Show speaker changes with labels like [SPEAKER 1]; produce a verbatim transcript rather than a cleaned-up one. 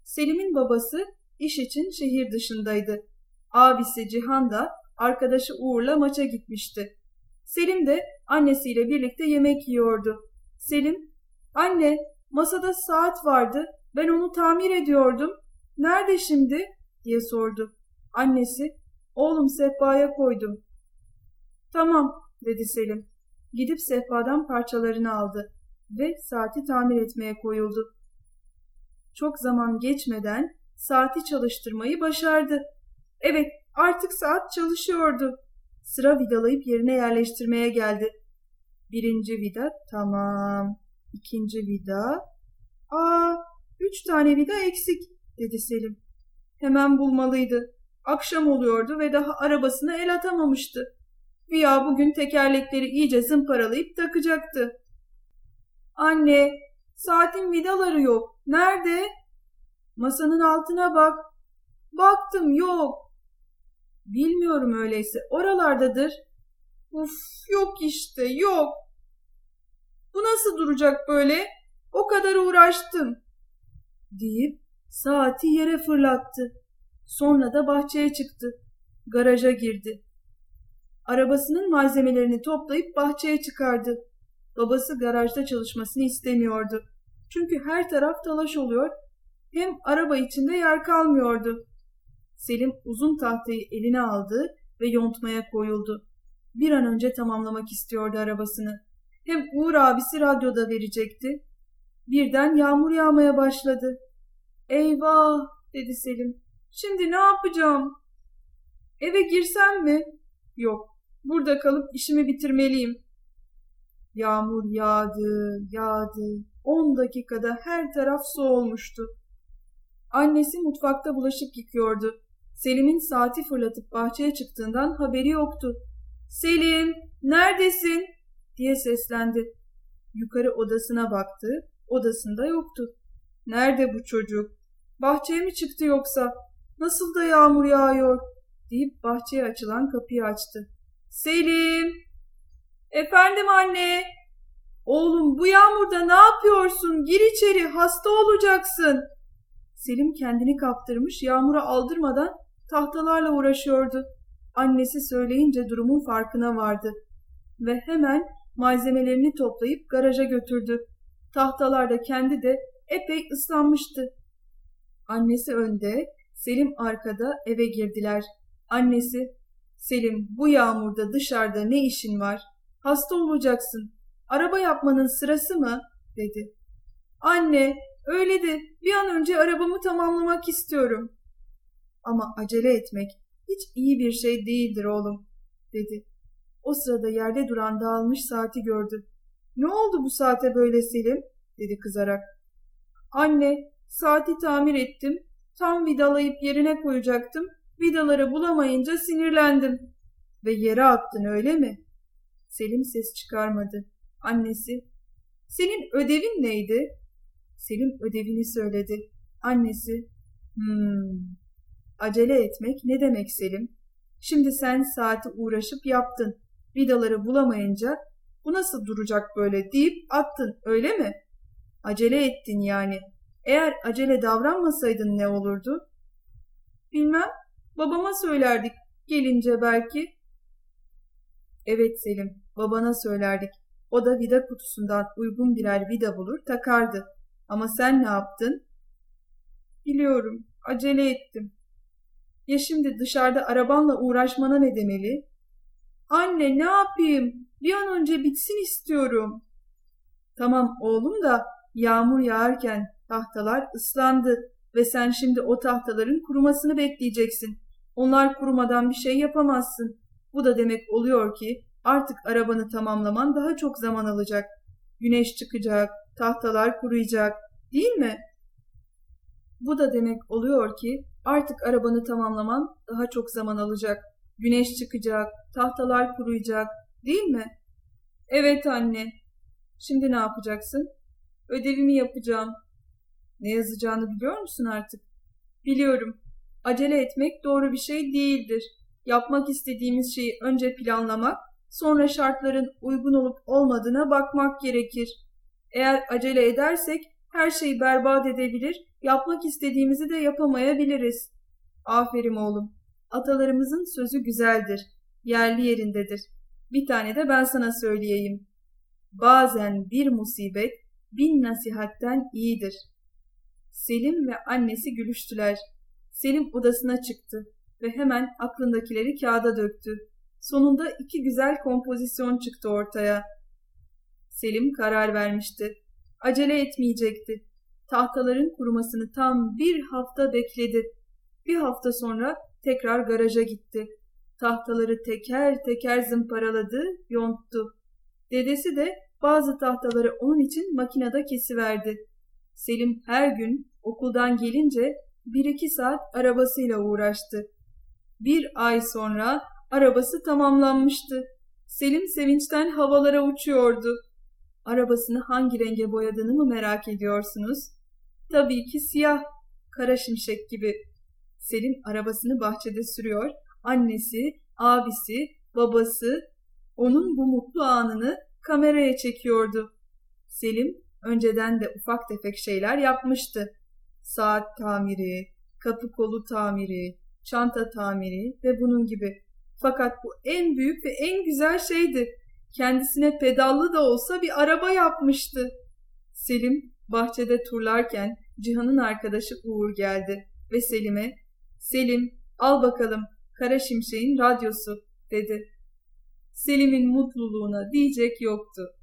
[SPEAKER 1] Selim'in babası iş için şehir dışındaydı. Abisi Cihan da arkadaşı Uğur'la maça gitmişti. Selim de annesiyle birlikte yemek yiyordu. Selim, "Anne, masada saat vardı. Ben onu tamir ediyordum. Nerede şimdi?" diye sordu. Annesi, "Oğlum sehpaya koydum." "Tamam," dedi Selim. Gidip sehpadan parçalarını aldı ve saati tamir etmeye koyuldu. Çok zaman geçmeden saati çalıştırmayı başardı. Evet, artık saat çalışıyordu. Sıra vidalayıp yerine yerleştirmeye geldi. Birinci vida tamam. İkinci vida. Aa, üç tane vida eksik, dedi Selim. Hemen bulmalıydı. Akşam oluyordu ve daha arabasına el atamamıştı. Güya bugün tekerlekleri iyice zımparalayıp takacaktı. "Anne, saatin vidaları yok. Nerede?" "Masanın altına bak." "Baktım, yok." "Bilmiyorum öyleyse. Oralardadır." "Uf, yok işte, yok." "Bu nasıl duracak böyle? O kadar uğraştım." deyip saati yere fırlattı. Sonra da bahçeye çıktı. Garaja girdi. Arabasının malzemelerini toplayıp bahçeye çıkardı. Babası garajda çalışmasını istemiyordu. Çünkü her taraf talaş oluyor, hem araba içinde yer kalmıyordu. Selim uzun tahtayı eline aldı ve yontmaya koyuldu. Bir an önce tamamlamak istiyordu arabasını. Hem Uğur abisi radyoda verecekti. Birden yağmur yağmaya başladı. "Eyvah," dedi Selim. "Şimdi ne yapacağım? Eve girsem mi? Yok, burada kalıp işimi bitirmeliyim." Yağmur yağdı, yağdı. On dakikada her taraf su olmuştu. Annesi mutfakta bulaşık yıkıyordu. Selim'in saati fırlatıp bahçeye çıktığından haberi yoktu. "Selim, neredesin?" diye seslendi. Yukarı odasına baktı. Odasında yoktu. "Nerede bu çocuk? Bahçeye mi çıktı yoksa? Nasıl da yağmur yağıyor?" deyip bahçeye açılan kapıyı açtı. "Selim!" "Efendim anne?" "Oğlum, bu yağmurda ne yapıyorsun? Gir içeri, hasta olacaksın." Selim kendini kaptırmış, yağmura aldırmadan tahtalarla uğraşıyordu. Annesi söyleyince durumun farkına vardı ve hemen malzemelerini toplayıp garaja götürdü. Tahtalarda kendi de epey ıslanmıştı. Annesi önde, Selim arkada eve girdiler. Annesi, "Selim, bu yağmurda dışarıda ne işin var? Hasta olacaksın. Araba yapmanın sırası mı?" dedi. "Anne, öyle de bir an önce arabamı tamamlamak istiyorum." "Ama acele etmek hiç iyi bir şey değildir oğlum," dedi. O sırada yerde duran dağılmış saati gördü. "Ne oldu bu saate böyle Selim?" dedi kızarak. "Anne, saati tamir ettim. Tam vidalayıp yerine koyacaktım. Vidaları bulamayınca sinirlendim." "Ve yere attın öyle mi?" Selim ses çıkarmadı. Annesi, "Senin ödevin neydi?" Selim ödevini söyledi. Annesi, "Hmm, acele etmek ne demek Selim? Şimdi sen saati uğraşıp yaptın. Vidaları bulamayınca bu nasıl duracak böyle deyip attın öyle mi? Acele ettin yani. Eğer acele davranmasaydın ne olurdu?" "Bilmem, babama söylerdik gelince belki." "Evet Selim, babana söylerdik. O da vida kutusundan uygun birer vida bulur takardı. Ama sen ne yaptın?" "Biliyorum, acele ettim." "Ya şimdi dışarıda arabanla uğraşmana ne demeli?" "Anne, ne yapayım? Bir an önce bitsin istiyorum." "Tamam oğlum da yağmur yağarken tahtalar ıslandı ve sen şimdi o tahtaların kurumasını bekleyeceksin. Onlar kurumadan bir şey yapamazsın. Bu da demek oluyor ki artık arabanı tamamlaman daha çok zaman alacak. Güneş çıkacak, tahtalar kuruyacak, değil mi? Bu da demek oluyor ki artık arabanı tamamlaman daha çok zaman alacak. Güneş çıkacak, tahtalar kuruyacak, değil mi?" "Evet anne." "Şimdi ne yapacaksın?" "Ödevimi yapacağım." "Ne yazacağını biliyor musun artık?" "Biliyorum. Acele etmek doğru bir şey değildir. Yapmak istediğimiz şeyi önce planlamak, sonra şartların uygun olup olmadığına bakmak gerekir. Eğer acele edersek Her şeyi berbat edebilir, yapmak istediğimizi de yapamayabiliriz. Aferin oğlum. Atalarımızın sözü güzeldir. Yerli yerindedir. Bir tane de ben sana söyleyeyim. Bazen bir musibet bin nasihatten iyidir. Selim ve annesi gülüştüler. Selim odasına çıktı ve hemen aklındakileri kağıda döktü. Sonunda iki güzel kompozisyon çıktı ortaya. Selim karar vermişti. Acele etmeyecekti. Tahtaların kurumasını tam bir hafta bekledi. Bir hafta sonra tekrar garaja gitti. Tahtaları teker teker zımparaladı, yonttu. Dedesi de bazı tahtaları onun için makinede kesiverdi. Selim her gün okuldan gelince bir iki saat arabasıyla uğraştı. Bir ay sonra arabası tamamlanmıştı. Selim sevinçten havalara uçuyordu. Arabasını hangi renge boyadığını mı merak ediyorsunuz? Tabii ki siyah, kara şimşek gibi. Selim arabasını bahçede sürüyor, annesi, abisi, babası onun bu mutlu anını kameraya çekiyordu. Selim önceden de ufak tefek şeyler yapmıştı. Saat tamiri, kapı kolu tamiri, çanta tamiri ve bunun gibi. Fakat bu en büyük ve en güzel şeydi. Kendisine pedallı da olsa bir araba yapmıştı. Selim bahçede turlarken Cihan'ın arkadaşı Uğur geldi ve Selim'e "Selim, al bakalım Kara Şimşek'in radyosu," dedi. Selim'in mutluluğuna diyecek yoktu.